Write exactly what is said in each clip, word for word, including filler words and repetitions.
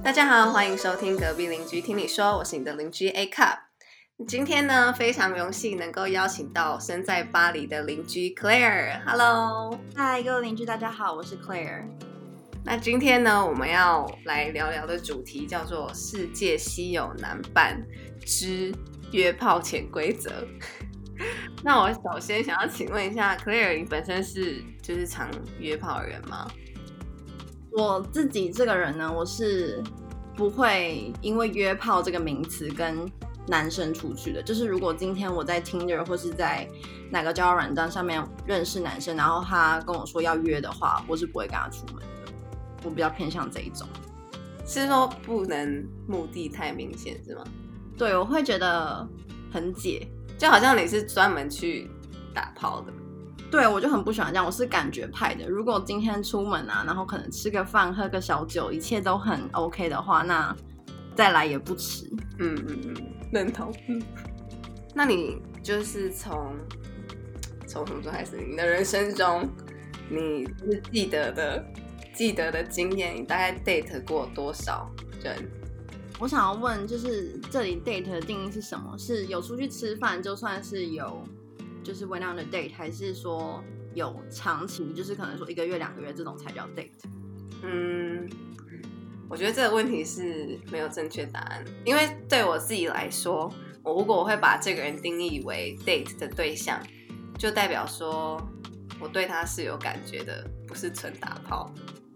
大家好，欢迎收听隔壁邻居听你说，我是你的邻居 A Cup。今天呢，非常荣幸能够邀请到身在巴黎的邻居 Claire。Hello， 嗨，各位邻居，大家好，我是 Claire。 那今天呢，我们要来聊聊的主题叫做世界稀有男伴之约炮潜规则。那我首先想要请问一下 Claire， 你本身是就是常约炮的人吗？ 我自己这个人呢，我是不会因为约炮这个名词跟男生出去的。就是如果今天我在 Tinder 或是在哪个交友软件上面认识男生，然后他跟我说要约的话，我是不会跟他出门的。我比较偏向这一种。 是说不能目的太明显是吗？ 对，我会觉得很解， 就好像你是专门去打炮的。 对，我就很不喜欢这样，我是感觉派的。如果今天出门啊，然后可能吃个饭喝个小酒，一切都很 OK 的话，那再来也不迟。 嗯嗯嗯，认同。嗯，那你就是从从什么时候开始？你的人生中，你是记得的记得的经验，你大概 date 过多少人？ 我想要问，就是这里 date 的定义是什么？是有出去吃饭就算是有？就是 went on a date， 还是说有长期，就是可能说一个月、两个月这种才叫 date？ 嗯，我觉得这个问题是没有正确答案，因为对我自己来说，我如果我会把这个人定义为 date 的对象，就代表说我对他是有感觉的，不是纯打炮。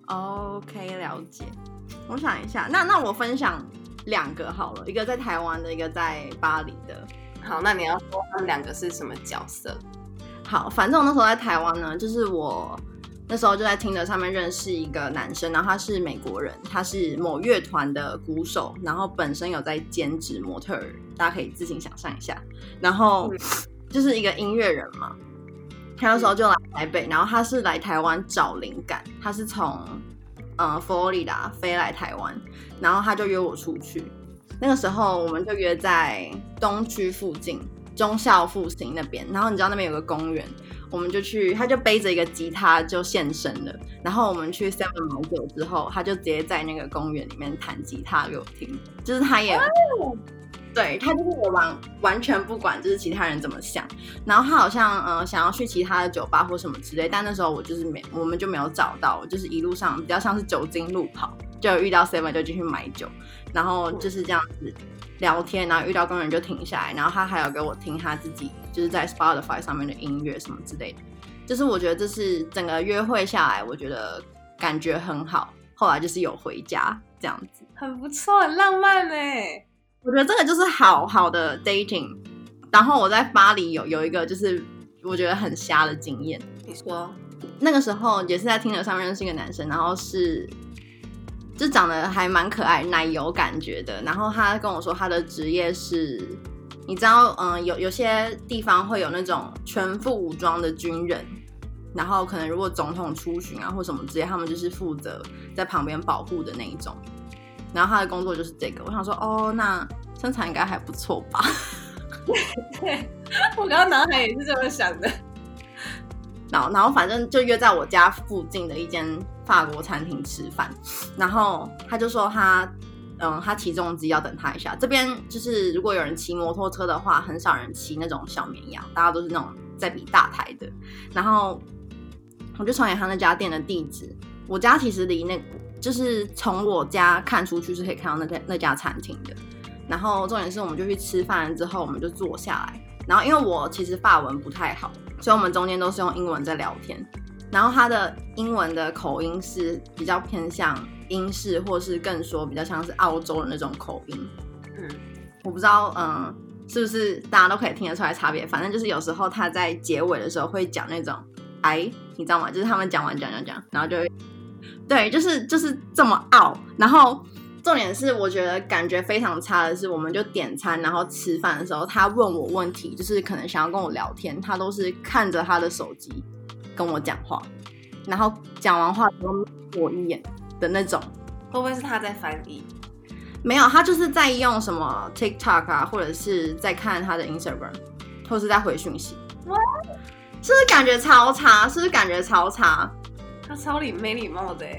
OK， 了解。我想一下，那那我分享两个好了，一个在台湾的，一个在巴黎的。 好，那你要说他们两个是什么角色？ 好，反正我那时候在台湾呢，就是我那时候就在Tinder上面认识一个男生，然后他是美国人，他是某乐团的鼓手，然后本身有在兼职模特儿，大家可以自行想象一下。然后就是一个音乐人嘛，他那时候就来台北，然后他是来台湾找灵感，他是从呃佛罗里达飞来台湾，然后他就约我出去。那个时候我们就约在东区附近忠孝复兴那边，然后你知道那边有个公园，我们就去，他就背着一个吉他就现身了，然后我们去 seven 买酒之后，他就直接在那个公园里面弹吉他给我听，就是他也、oh. 对，他就是我完完全不管就是其他人怎么想，然后他好像呃想要去其他的酒吧或什么之类，但那时候我就是没我们就没有找到，就是一路上比较像是酒精路跑，就遇到 seven 就进去买酒，然后就是这样子聊天，然后遇到公园就停下来，然后他还有给我听他自己就是在 Spotify 上面的音乐什么之类的，就是我觉得这是整个约会下来我觉得感觉很好，后来就是有回家这样子， 很不错，很浪漫耶。 我觉得这个就是好好的 dating。 然后我在巴黎有有一个就是我觉得很瞎的经验。 你说？ 那个时候也是在Tinder上面认识一个男生，然后是就长得还蛮可爱，奶油感觉的，然后他跟我说他的职业是，你知道嗯，有有些地方会有那种全副武装的军人，然后可能如果总统出巡啊或什么之类，他们就是负责在旁边保护的那一种，然后他的工作就是这个。我想说哦，那身材应该还不错吧。 对，我刚刚脑海也是这么想的。 然后然后反正就约在我家附近的一间法国餐厅吃饭，然后他就说他嗯，他骑重机要等他一下。这边就是如果有人骑摩托车的话，很少人骑那种小绵羊，大家都是那种在比大台的。然后我就传给他那家店的地址，我家其实离那就是从我家看出去是可以看到那家那家餐厅的。然后重点是我们就去吃饭之后，我们就坐下来，然后因为我其实法文不太好，所以我们中间都是用英文在聊天。然后他的英文的口音是比较偏向英式，或是更说比较像是澳洲的那种口音。嗯，我不知道嗯是不是大家都可以听得出来差别，反正就是有时候他在结尾的时候会讲那种哎，你知道吗？就是他们讲完讲讲讲，然后就会对，就是就是这么傲。然后重点是我觉得感觉非常差的是，我们就点餐然后吃饭的时候，他问我问题，就是可能想要跟我聊天，他都是看着他的手机跟我讲话，然后讲完话之后瞄我一眼的那种。 会不会是他在翻译？ 没有，他就是在用什么 TikTok 啊，或者是在看他的 Instagram， 或是在回讯息。是不是感觉超差？是不是感觉超差？ 他超礼没礼貌的耶。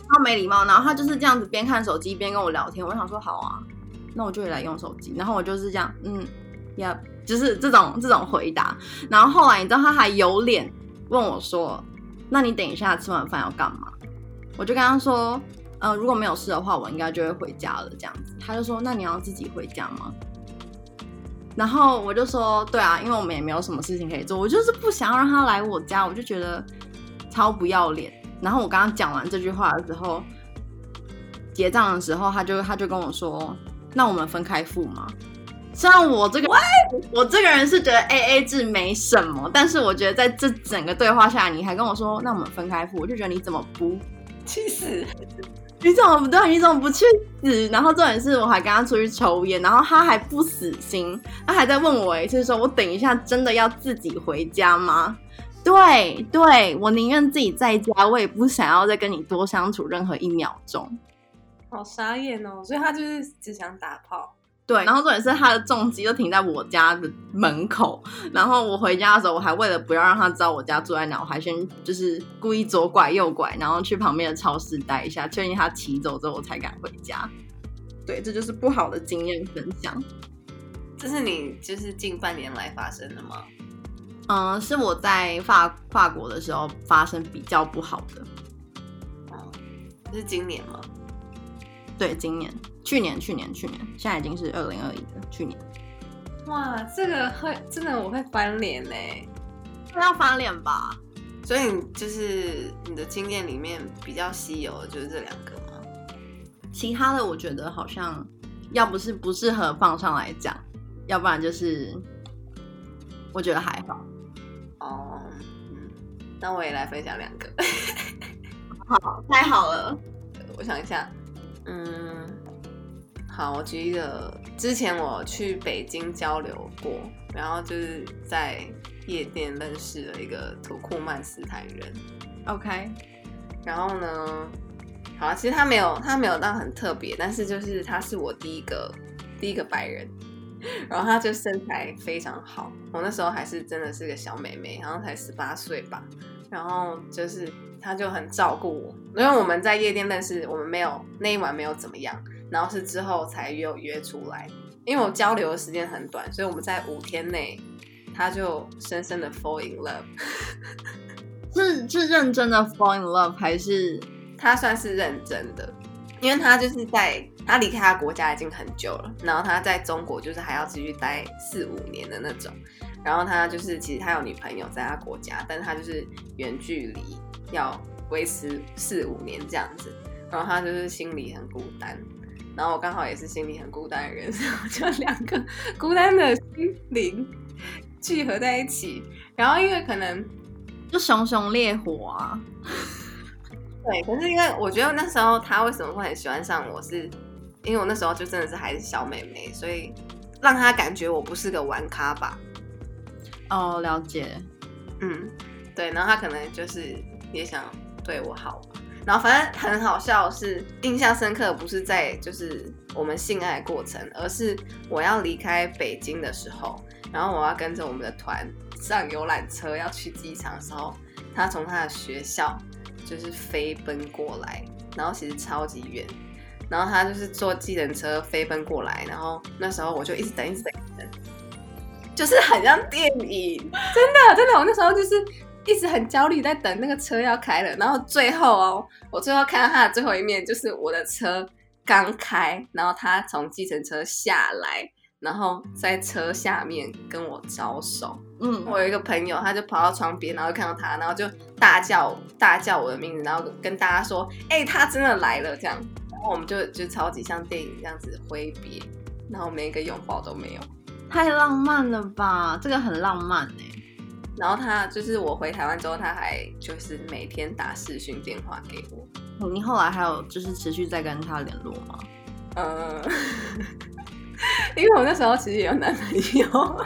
超没礼貌。然后他就是这样子边看手机边跟我聊天，我想说好啊，那我就也来用手机。然后我就是这样，嗯，呀、yeah, 就是这种这种回答。然后后来你知道他还有脸问我说，那你等一下吃完饭要干嘛？我就跟他说，呃，如果没有事的话，我应该就会回家了这样子。他就说，那你要自己回家吗？然后我就说，对啊，因为我们也没有什么事情可以做，我就是不想要让他来我家，我就觉得超不要脸。然后我刚刚讲完这句话的时候，结账的时候，他就他就跟我说，那我们分开付吗？虽然我这个我这个人是觉得 A A 制没什么，但是我觉得在这整个对话下，你还跟我说，那我们分开付，我就觉得你怎么不去死？ 你怎么不对？你怎么不去死？然后重点是我还跟他出去抽烟，然后他还不死心，他还在问我一次说，我等一下真的要自己回家吗？对对，我宁愿自己在家，我也不想要再跟你多相处任何一秒钟。 好傻眼哦！所以他就是只想打炮。 对，然后重点是他的重机就停在我家的门口，然后我回家的时候，我还为了不要让他知道我家住在哪，我还先就是故意左拐右拐，然后去旁边的超市待一下，确定他骑走之后我才敢回家。对，这就是不好的经验分享。 这是你就是近半年来发生的吗？ 嗯，是我在法法国的时候发生比较不好的。 哦，是今年吗？ 对，今年、去年、去年、去年，现在已经是二零二一了。去年， 哇，这个会真的我会翻脸嘞， 要翻脸吧？ 所以你就是你的经验里面比较稀有的就是这两个吗？ 其他的我觉得好像要不是不适合放上来讲，要不然就是我觉得还好。 哦，嗯，那我也来分享两个。 好，太好了。 我想一下。嗯，好，我举一个，之前我去北京交流过，然后就是在夜店认识了一个土库曼斯坦人。 OK， 然后呢，好，其实他没有他没有到很特别，但是就是他是我第一个第一个白人，然后他就身材非常好，我那时候还是真的是个小妹妹，好像才十八岁吧，然后就是。他就很照顾我，因为我们在夜店认识，我们没有那一晚没有怎么样，然后是之后才有约出来。因为我交流的时间很短，所以我们在五天内，他就深深的 fall in love。 是是认真的 fall in love 还是？ 他算是认真的，因为他就是在他离开他国家已经很久了，然后他在中国就是还要继续待四五年的那种。然后他就是其实他有女朋友在他国家，但是他就是远距离。要维持四五年这样子，然后他就是心里很孤单，然后我刚好也是心里很孤单的人，所以我就两个孤单的心灵聚合在一起。然后因为可能就熊熊烈火啊， 对，可是因为我觉得那时候他为什么会很喜欢上我是，因为我那时候就真的是还是小妹妹，所以让他感觉我不是个玩咖吧。 哦，了解。 嗯，对，然后他可能就是也想对我好吧，然后反正很好笑的是，印象深刻不是在就是我们性爱的过程，而是我要离开北京的时候，然后我要跟着我们的团上游览车要去机场的时候，他从他的学校就是飞奔过来，然后其实超级远，然后他就是坐计程车飞奔过来，然后那时候我就一直等一直等一直等，就是很像电影，真的真的，我那时候就是一直很焦虑在等那个车要开了，然后最后哦，我最后看到他的最后一面就是我的车刚开，然后他从计程车下来，然后在车下面跟我招手。嗯，我有一个朋友，他就跑到窗边，然后看到他，然后就大叫大叫我的名字，然后跟大家说：“哎、欸，他真的来了！”这样，然后我们就就超级像电影这样子挥别，然后连一个拥抱都没有， 太浪漫了吧？这个很浪漫哎、欸。 然后他就是我回台湾之后，他还就是每天打视讯电话给我。 你后来还有就是持续在跟他联络吗？ 嗯，因为我那时候其实也有男朋友。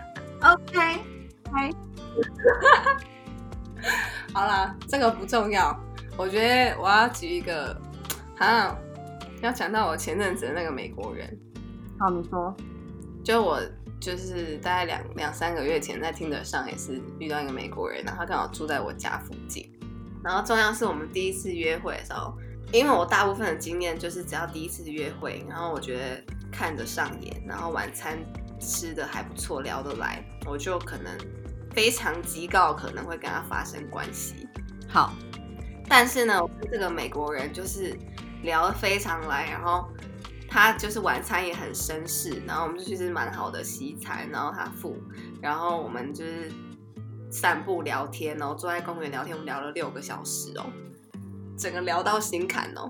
OK， 嗨， 好啦，这个不重要。我觉得我要举一个，啊，要讲到我前阵子的那个美国人。 好，你说。 就我就是大概两两三个月前在Tinder上也是遇到一个美国人，然后他刚好住在我家附近。然后重要是我们第一次约会的时候， 因为我大部分的经验就是只要第一次约会，然后我觉得看得上眼，然后晚餐吃的还不错，聊得来，我就可能非常极高可能会跟他发生关系。 好， 但是呢，我跟这个美国人就是聊得非常来，然后他就是晚餐也很绅士，然后我们就去吃蛮好的西餐，然后他付，然后我们就是散步聊天哦，坐在公园聊天，我们聊了六个小时哦，整个聊到心坎哦。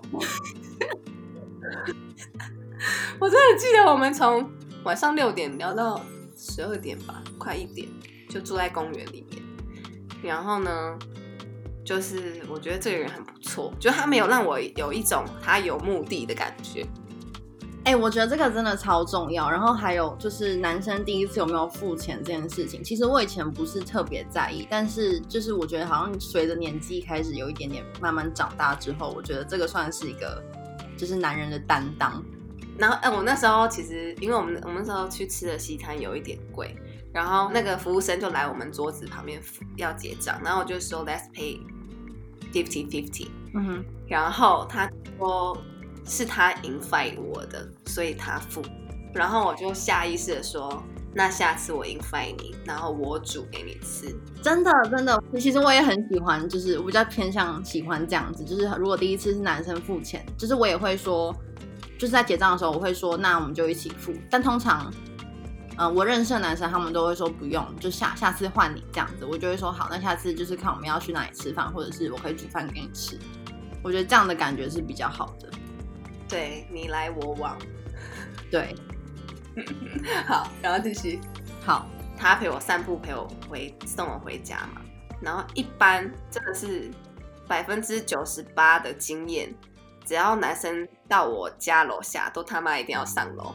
我真的记得我们从晚上六点聊到十二点吧，快一点，就住在公园里面。然后呢，就是我觉得这个人很不错，就他没有让我有一种他有目的的感觉。 哎、欸，我觉得这个真的超重要。然后还有就是男生第一次有没有付钱这件事情，其实我以前不是特别在意，但是就是我觉得好像随着年纪开始有一点点慢慢长大之后，我觉得这个算是一个就是男人的担当。 然后，哎、呃，我那时候其实因为我们我们那时候去吃的西餐有一点贵，然后那个服务生就来我们桌子旁边要结账，然后我就说 Let's pay fifty fifty， 嗯哼， 然后他说是他 invite 我的，所以他付，然后我就下意识的说，那下次我 invite 你，然后我煮给你吃。 真的真的，其实我也很喜欢，就是我比较偏向喜欢这样子，就是如果第一次是男生付钱，就是我也会说，就是在结账的时候我会说，那我们就一起付。但通常，呃，我认识的男生他们都会说不用，就下下次换你这样子，我就会说好，那下次就是看我们要去哪里吃饭，或者是我可以煮饭给你吃。我觉得这样的感觉是比较好的。 对，你来我往。 对， 好，然后继续。 好， 他陪我散步，陪我回送我回家嘛。然后一般真的是百分之九十八的经验，只要男生到我家楼下，都他妈一定要上楼。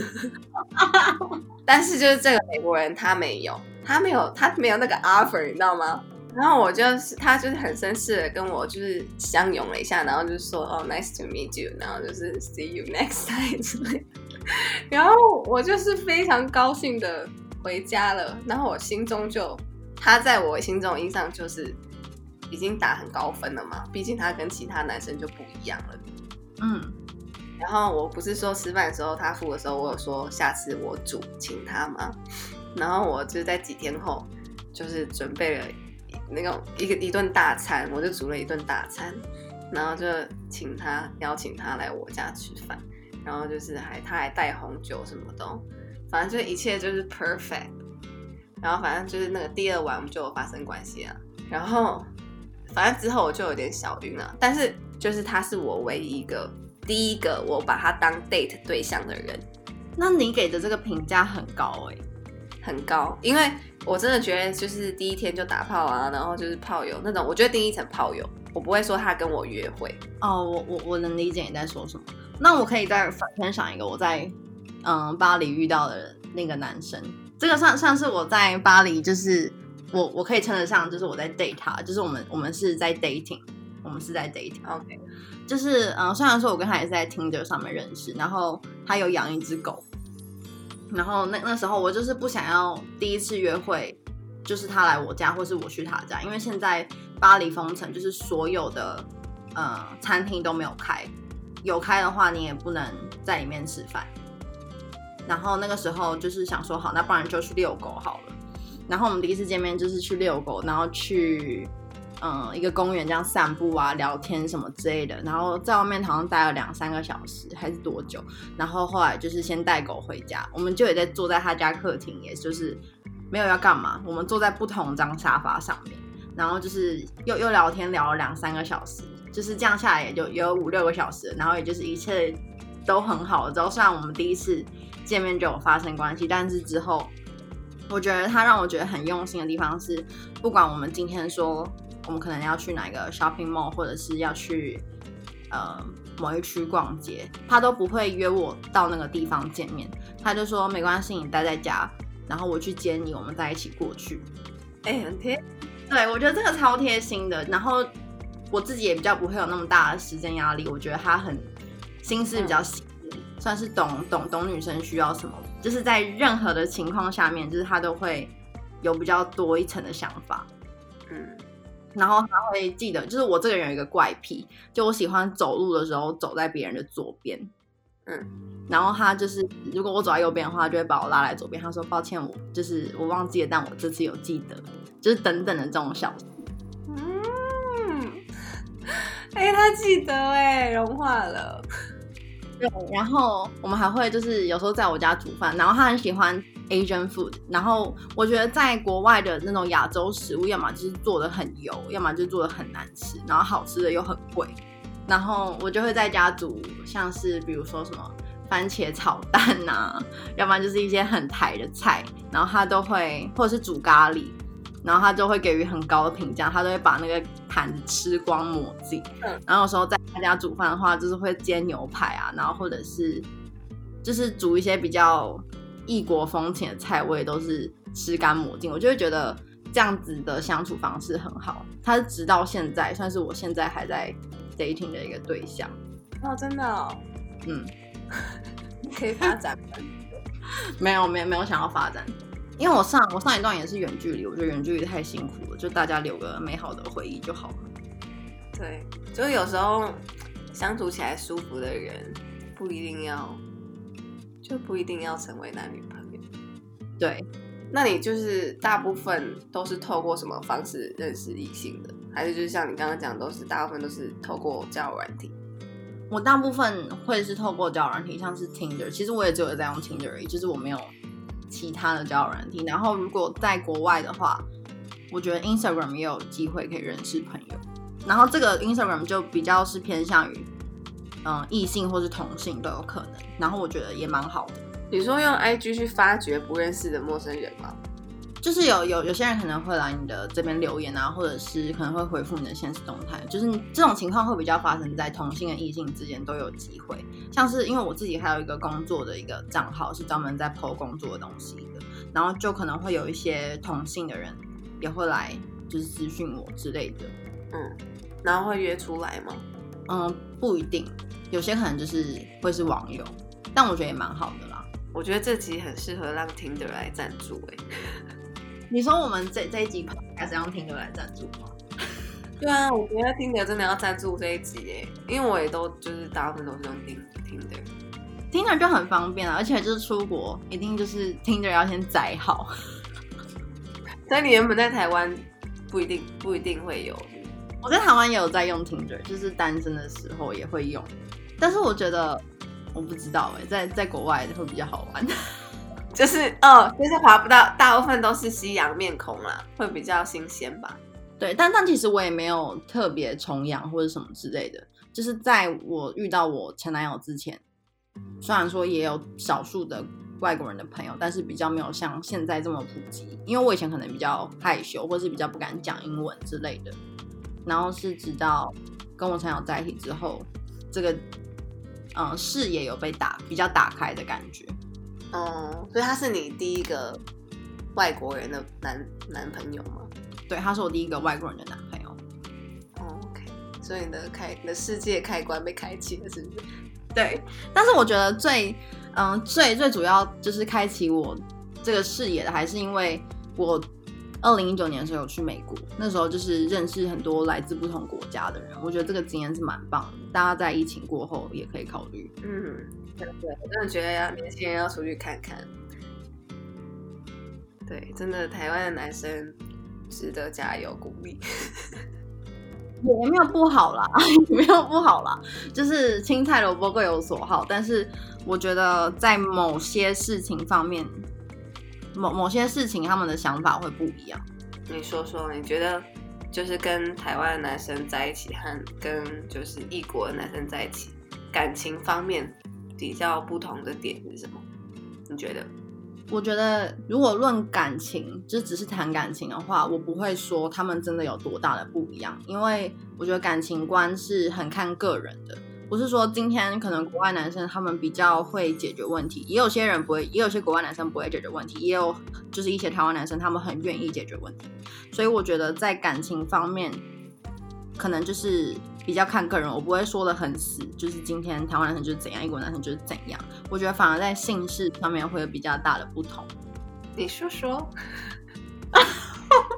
但是就是这个美国人他没有，他没有，他没有那个 offer， 你知道吗？然后我就是他就是很绅士的跟我就是相拥了一下，然后就说哦 nice to meet you， 然后就是 see you next time 之类的。然后我就是非常高兴的回家了，然后我心中就他在我心中的印象就是已经打很高分了嘛，毕竟他跟其他男生就不一样了。 嗯， 然后我不是说吃饭的时候他付的时候，我有说下次我煮请他吗？然后我就在几天后就是准备了那种一个一顿大餐，我就煮了一顿大餐，然后就请他邀请他来我家吃饭，然后就是还他还带红酒什么的，反正就一切就是 perfect。然后反正就是那个第二晚我们就有发生关系了，然后反正之后我就有点小晕了，但是就是他是我唯一一个第一个我把他当 date 对象的人。 那你给的这个评价很高哎、欸， 很高，因为我真的觉得就是第一天就打炮啊，然后就是炮友那种，我觉得定义成炮友，我不会说他跟我约会。 哦，我我我能理解你在说什么。那我可以再分享一个我在嗯巴黎遇到的那个男生，这个算算是我在巴黎，就是我我可以称得上就是我在 date 他，就是我们我们是在 dating， 我们是在 dating。OK， 就是嗯，虽然说我跟他也是在 Tinder 上面认识，然后他有养一只狗。然后那那时候我就是不想要第一次约会就是他来我家或是我去他家，因为现在巴黎封城，就是所有的呃餐厅都没有开，有开的话你也不能在里面吃饭。然后那个时候就是想说好，那不然就去遛狗好了。然后我们第一次见面就是去遛狗，然后去嗯一个公园这样散步啊聊天什么之类的，然后在外面好像待了两三个小时还是多久，然后后来就是先带狗回家，我们就也在坐在他家客厅，也就是没有要干嘛，我们坐在不同张沙发上面，然后就是又又聊天聊了两三个小时，就是这样下来也就有五六个小时，然后也就是一切都很好了之后，虽然我们第一次见面就有发生关系，但是之后我觉得他让我觉得很用心的地方是，不管我们今天说我们可能要去哪个 shopping mall， 或者是要去呃某一区逛街，他都不会约我到那个地方见面，他就说没关系，你待在家，然后我去接你，我们再一起过去。 哎、欸，很贴。 对，我觉得这个超贴心的。然后我自己也比较不会有那么大的时间压力，我觉得他很心思比较细腻、嗯，算是懂懂懂女生需要什么，就是在任何的情况下面，就是他都会有比较多一层的想法。 嗯。 然后他会记得，就是我这个人有一个怪癖，就我喜欢走路的时候走在别人的左边，嗯，然后他就是如果我走在右边的话，他就会把我拉来左边。他说抱歉，我就是我忘记了，但我这次有记得，就是等等的这种小事。 嗯，哎、欸，他记得哎，融化了。 对，然后我们还会就是有时候在我家煮饭，然后他很喜欢 Asian food， 然后我觉得在国外的那种亚洲食物，要么就是做的很油，要么就是做的很难吃，然后好吃的又很贵。然后我就会在家煮，像是比如说什么番茄炒蛋啊，要不然就是一些很台的菜，然后他都会，或者是煮咖喱，然后他就会给予很高的评价，他都会把那个盘子吃光抹净。嗯，然后有时候在他家煮饭的话，就是会煎牛排啊，然后或者是就是煮一些比较异国风情的菜，我也都是吃干抹净。我就会觉得这样子的相处方式很好。他是直到现在算是我现在还在 dating 的一个对象。 哦，真的哦。嗯，可以发展吗？ 没有，没有，没有想要发展。因为我上我上一段也是远距离，我觉得远距离太辛苦了，就大家留个美好的回忆就好了。 对，就是有时候相处起来舒服的人，不一定要，就不一定要成为男女朋友。 对， 那你就是大部分都是透过什么方式认识异性的？还是就是像你刚刚讲，都是大部分都是透过交友软体？ 我大部分会是透过交友软体，像是 Tinder， 其实我也只有在用 Tinder 而已，就是我没有其他的交友软体。然后如果在国外的话，我觉得 Instagram 也有机会可以认识朋友。然后这个 Instagram 就比较是偏向于嗯异性或是同性都有可能，然后我觉得也蛮好的。 你说用 I G 去发掘不认识的陌生人吗？ 就是有有有些人可能会来你的这边留言啊，或者是可能会回复你的现实动态，就是这种情况会比较发生在同性跟异性之间都有机会。像是因为我自己还有一个工作的一个账号是专门在 po 工作的东西的，然后就可能会有一些同性的人也会来就是私讯我之类的。 嗯，然后会约出来吗？ 嗯，不一定，有些可能就是会是网友，但我觉得也蛮好的啦。 我觉得这集很适合让 Tinder 来赞助哎、欸。 你说我们这这一集开始用 Tinder 来赞助吗？ 对啊，我觉得 Tinder 真的要赞助这一集耶，因为我也都就是大部分都是用 Tinder。Tinder 就很方便啊，而且就是出国一定就是 Tinder 要先载好。 所以你原本在台湾不一定不一定会有。 我在台湾也有在用 Tinder， 就是单身的时候也会用，但是我觉得我不知道哎、欸，在在国外会比较好玩。 就是哦，就是滑不到，大部分都是西洋面孔啦，会比较新鲜吧。 对，但但其实我也没有特别崇洋或者什么之类的，就是在我遇到我前男友之前，虽然说也有少数的外国人的朋友，但是比较没有像现在这么普及。因为我以前可能比较害羞，或是比较不敢讲英文之类的，然后是直到跟我前男友在一起之后，这个嗯视野有被打比较打开的感觉。 哦，所以他是你第一个外国人的男男朋友吗？ 对，他是我第一个外国人的男朋友。 哦 ，OK， 所以你的开你的世界开关被开启了，是不是？ 对，但是我觉得最嗯最最主要就是开启我这个视野的，还是因为我二零一九年的时候有去美国，那时候就是认识很多来自不同国家的人，我觉得这个经验是蛮棒的，大家在疫情过后也可以考虑。 嗯。对，我真的觉得要年轻人要出去看看。对，真的台湾的男生值得加油鼓励。 也没有不好啦，也没有不好啦，就是青菜萝卜各有所好。但是我觉得在某些事情方面，某某些事情他们的想法会不一样。 你说说，你觉得就是跟台湾的男生在一起和跟就是异国的男生在一起，感情方面比较不同的点是什么？你觉得？ 我觉得如果论感情，就只是谈感情的话，我不会说他们真的有多大的不一样，因为我觉得感情观是很看个人的，不是说今天可能国外男生他们比较会解决问题，也有些人不会，也有些国外男生不会解决问题，也有就是一些台湾男生他们很愿意解决问题，所以我觉得在感情方面，可能就是比较看个人，我不会说的很死，就是今天台湾男生就是怎样，异国男生就是怎样。我觉得反而在姓氏上面会有比较大的不同。 你说说。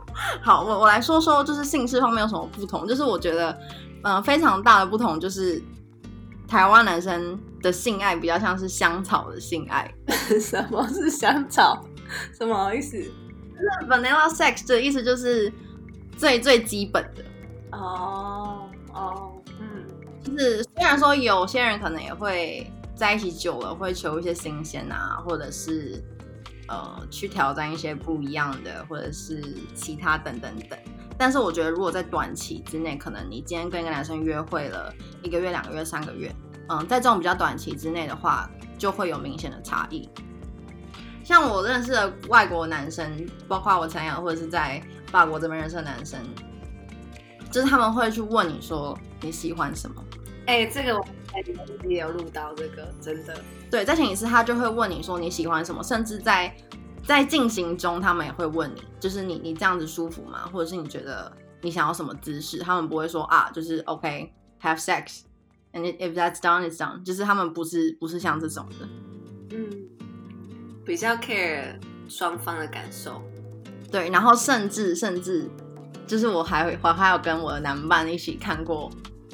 好，我我来说说，就是姓氏方面有什么不同。就是我觉得，呃，非常大的不同就是，台湾男生的性爱比较像是香草的性爱。 什么是香草？什么意思？就是 vanilla sex 的意思就是最最基本的。 哦哦，嗯， 就是虽然说有些人可能也会在一起久了会求一些新鲜啊，或者是呃去挑战一些不一样的，或者是其他等等等。但是我觉得如果在短期之内，可能你今天跟一个男生约会了一个月、两个月、三个月，嗯，在这种比较短期之内的话，就会有明显的差异。像我认识的外国男生，包括我前男友或者是在法国这边认识的男生，就是他们会去问你说你喜欢什么。 哎、欸，这个我也有录到，这个真的。 对，在前提是他就会问你说你喜欢什么，甚至在在进行中，他们也会问你，就是你你这样子舒服吗？或者是你觉得你想要什么姿势？他们不会说啊，就是 OK have sex and if that's done it's done， 就是他们不是不是像这种的。 嗯，比较 care 双方的感受。 对，然后甚至甚至就是我还我还有跟我的男伴一起看过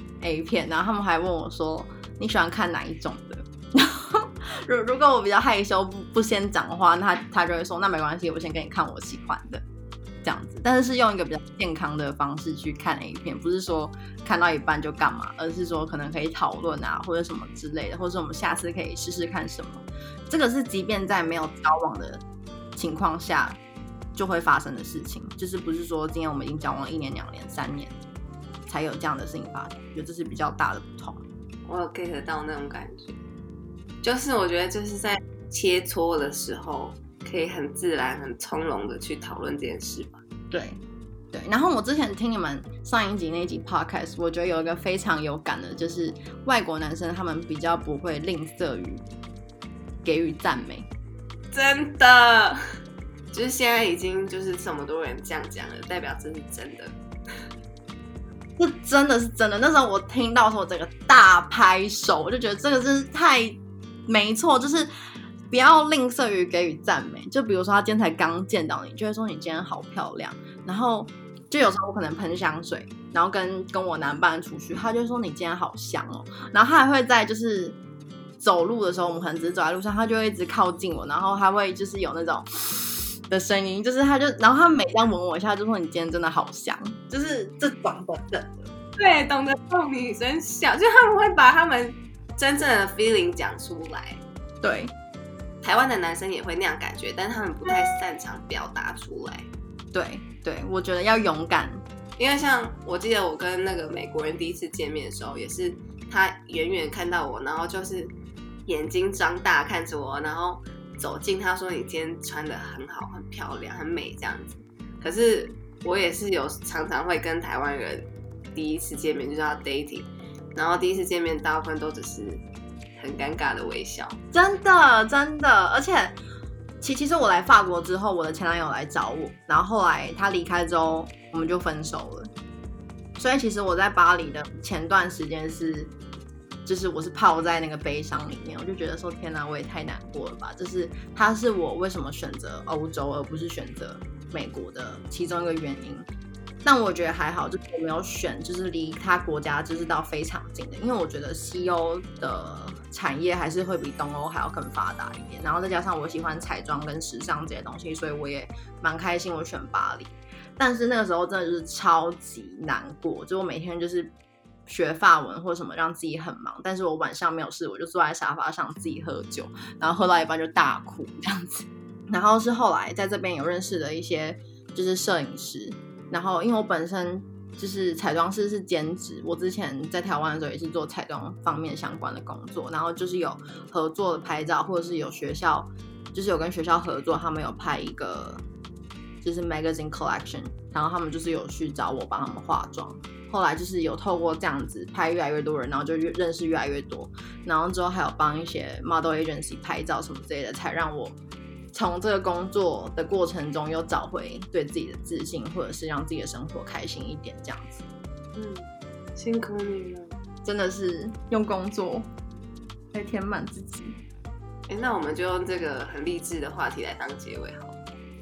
A 片，然后他们还问我说你喜欢看哪一种的？然后如如果我比较害羞不不先讲的话，那他他就会说那没关系，我先给你看我喜欢的这样子。但是是用一个比较健康的方式去看 A 片，不是说看到一半就干嘛，而是说可能可以讨论啊，或者什么之类的，或者是我们下次可以试试看什么。这个是即便在没有交往的情况下就会发生的事情，就是不是说今天我们已经交往一年、两年、三年才有这样的事情发生，我觉得这是比较大的不同。 我有 get 到那种感觉，就是我觉得就是在切磋的时候，可以很自然、很从容的去讨论这件事吧。 对对，然后我之前听你们上一集那一集 podcast， 我觉得有一个非常有感的，就是外国男生他们比较不会吝啬于给予赞美。 真的。就是现在已经就是这么多人这样讲了，代表这是真的。 这真的是真的。那时候我听到的时候，我整个大拍手，我就觉得这个真是太没错，就是不要吝啬于给予赞美。就比如说他今天才刚见到你，就会说你今天好漂亮。然后就有时候我可能喷香水，然后跟跟我男伴出去，他就会说你今天好香哦。然后他还会在就是走路的时候，我们可能只是走在路上，他就会一直靠近我，然后他会就是有那种的声音，就是他就，然后他每当吻我一下，就说你今天真的好香，就是这种等等的。 对，懂得逗女生笑，就他们会把他们真正的 feeling 讲出来。 对， 台湾的男生也会那样感觉，但是他们不太擅长表达出来。 对对，我觉得要勇敢， 因为像我记得我跟那个美国人第一次见面的时候，也是他远远看到我，然后就是眼睛张大看着我，然后走近，他说你今天穿得很好，很漂亮，很美这样子。可是我也是有常常会跟台湾人第一次见面就是要 dating， 然后第一次见面大部分都只是很尴尬的微笑。 真的真的。而且其其实我来法国之后，我的前男友来找我，然后后来他离开之后我们就分手了。所以其实我在巴黎的前段时间是就是我是泡在那个悲伤里面，我就觉得说天哪，我也太难过了吧。就是他是我为什么选择欧洲而不是选择美国的其中一个原因。但我觉得还好，就是我没有选就是离他国家就是到非常近的，因为我觉得西欧的产业还是会比东欧还要更发达一点，然后再加上我喜欢彩妆跟时尚这些东西，所以我也蛮开心我选巴黎。但是那个时候真的就是超级难过，就我每天就是学法文或什么让自己很忙，但是我晚上没有事，我就坐在沙发上自己喝酒，然后喝到一半就大哭这样子。然后是后来在这边有认识的一些就是摄影师，然后因为我本身就是彩妆师是兼职，我之前在台湾的时候也是做彩妆方面相关的工作，然后就是有合作的拍照，或者是有学校就是有跟学校合作，他们有拍一个就是 magazine collection， 然后他们就是有去找我帮他们化妆。后来就是有透过这样子拍越来越多人，然后就认识越来越多，然后之后还有帮一些 model agency 拍照什么之类的，才让我从这个工作的过程中又找回对自己的自信，或者是让自己的生活开心一点这样子。 嗯，辛苦你了， 真的是用工作来填满自己。 欸，那我们就用这个很励志的话题来当结尾好了。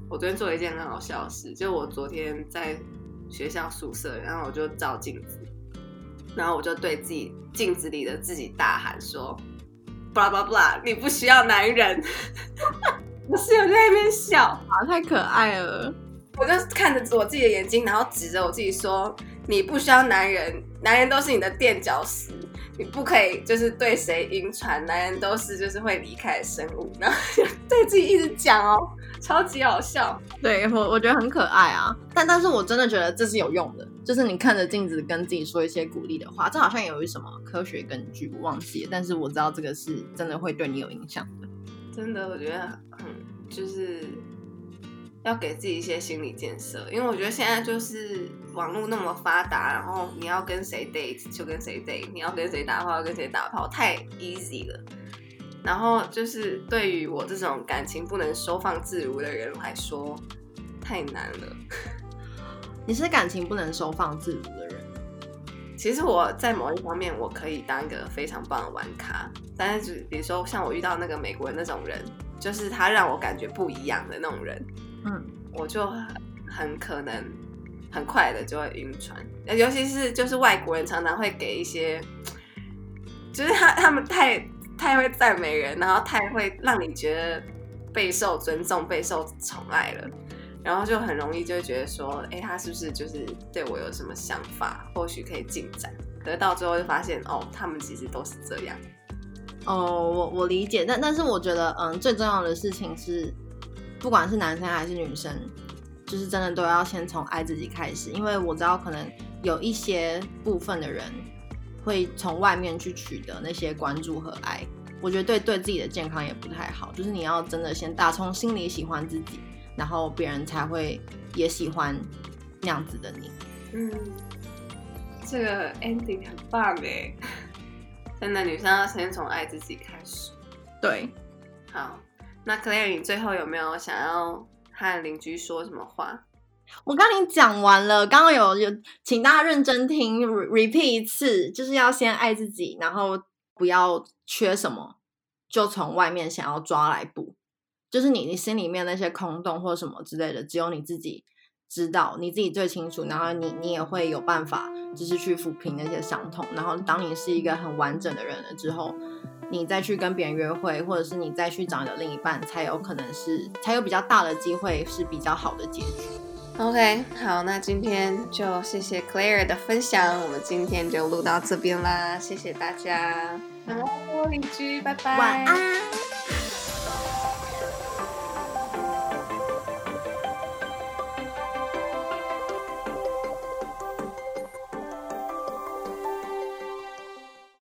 我昨天做了一件很好笑的事，就我昨天在学校宿舍，然后我就照镜子，然后我就对自己镜子里的自己大喊说 blah blah blah 你不需要男人。我室友就在那边笑， 啊，太可爱了。 我就看着我自己的眼睛，然后指着我自己说你不需要男人，男人都是你的垫脚石，你不可以就是对谁晕船，男人都是就是会离开的生物，然后就对自己一直讲哦，超级好笑。 对，我我觉得很可爱啊，但但是我真的觉得这是有用的，就是你看着镜子跟自己说一些鼓励的话，这好像有一什么科学根据，我忘记了，但是我知道这个是真的会对你有影响的。 真的，我觉得很就是要给自己一些心理建设，因为我觉得现在就是网络那么发达，然后你要跟谁 date 就跟谁 date， 你要跟谁打炮就跟谁打炮，太 easy 了。然后就是对于我这种感情不能收放自如的人来说，太难了。 你是感情不能收放自如的人？ 其实我在某一方面我可以当一个非常棒的玩咖，但是比如说像我遇到那个美国人那种人，就是他让我感觉不一样的那种人，嗯，我就很可能很快的就会晕船，尤其是就是外国人常常会给一些，就是他他们太太会赞美人，然后太会让你觉得备受尊重、备受宠爱了。然后就很容易就会觉得说，哎，他是不是就是对我有什么想法，或许可以进展。可是到最后就发现，哦，他们其实都是这样。 哦，我我理解，但但是我觉得，嗯，最重要的事情是，不管是男生还是女生，就是真的都要先从爱自己开始。因为我知道可能有一些部分的人会从外面去取得那些关注和爱，我觉得对对自己的健康也不太好。就是你要真的先打从心里喜欢自己。然后别人才会也喜欢那样子的你。 嗯，这个 ending 很棒耶！真的，女生要先从爱自己开始。 对， 好，那 Claire， 你最后有没有想要和邻居说什么话？ 我刚刚已经讲完了，刚刚有有，请大家认真听 ，repeat 一次，就是要先爱自己，然后不要缺什么就从外面想要抓来补。就是你你心里面那些空洞或什么之类的，只有你自己知道，你自己最清楚，然后你你也会有办法就是去抚平那些伤痛。然后当你是一个很完整的人了之后，你再去跟别人约会，或者是你再去找你的另一半，才有可能是才有比较大的机会是比较好的结局。 OK， 好，那今天就谢谢 Claire 的分享，我们今天就录到这边啦，谢谢大家，晚安，邻居，拜拜， 晚安。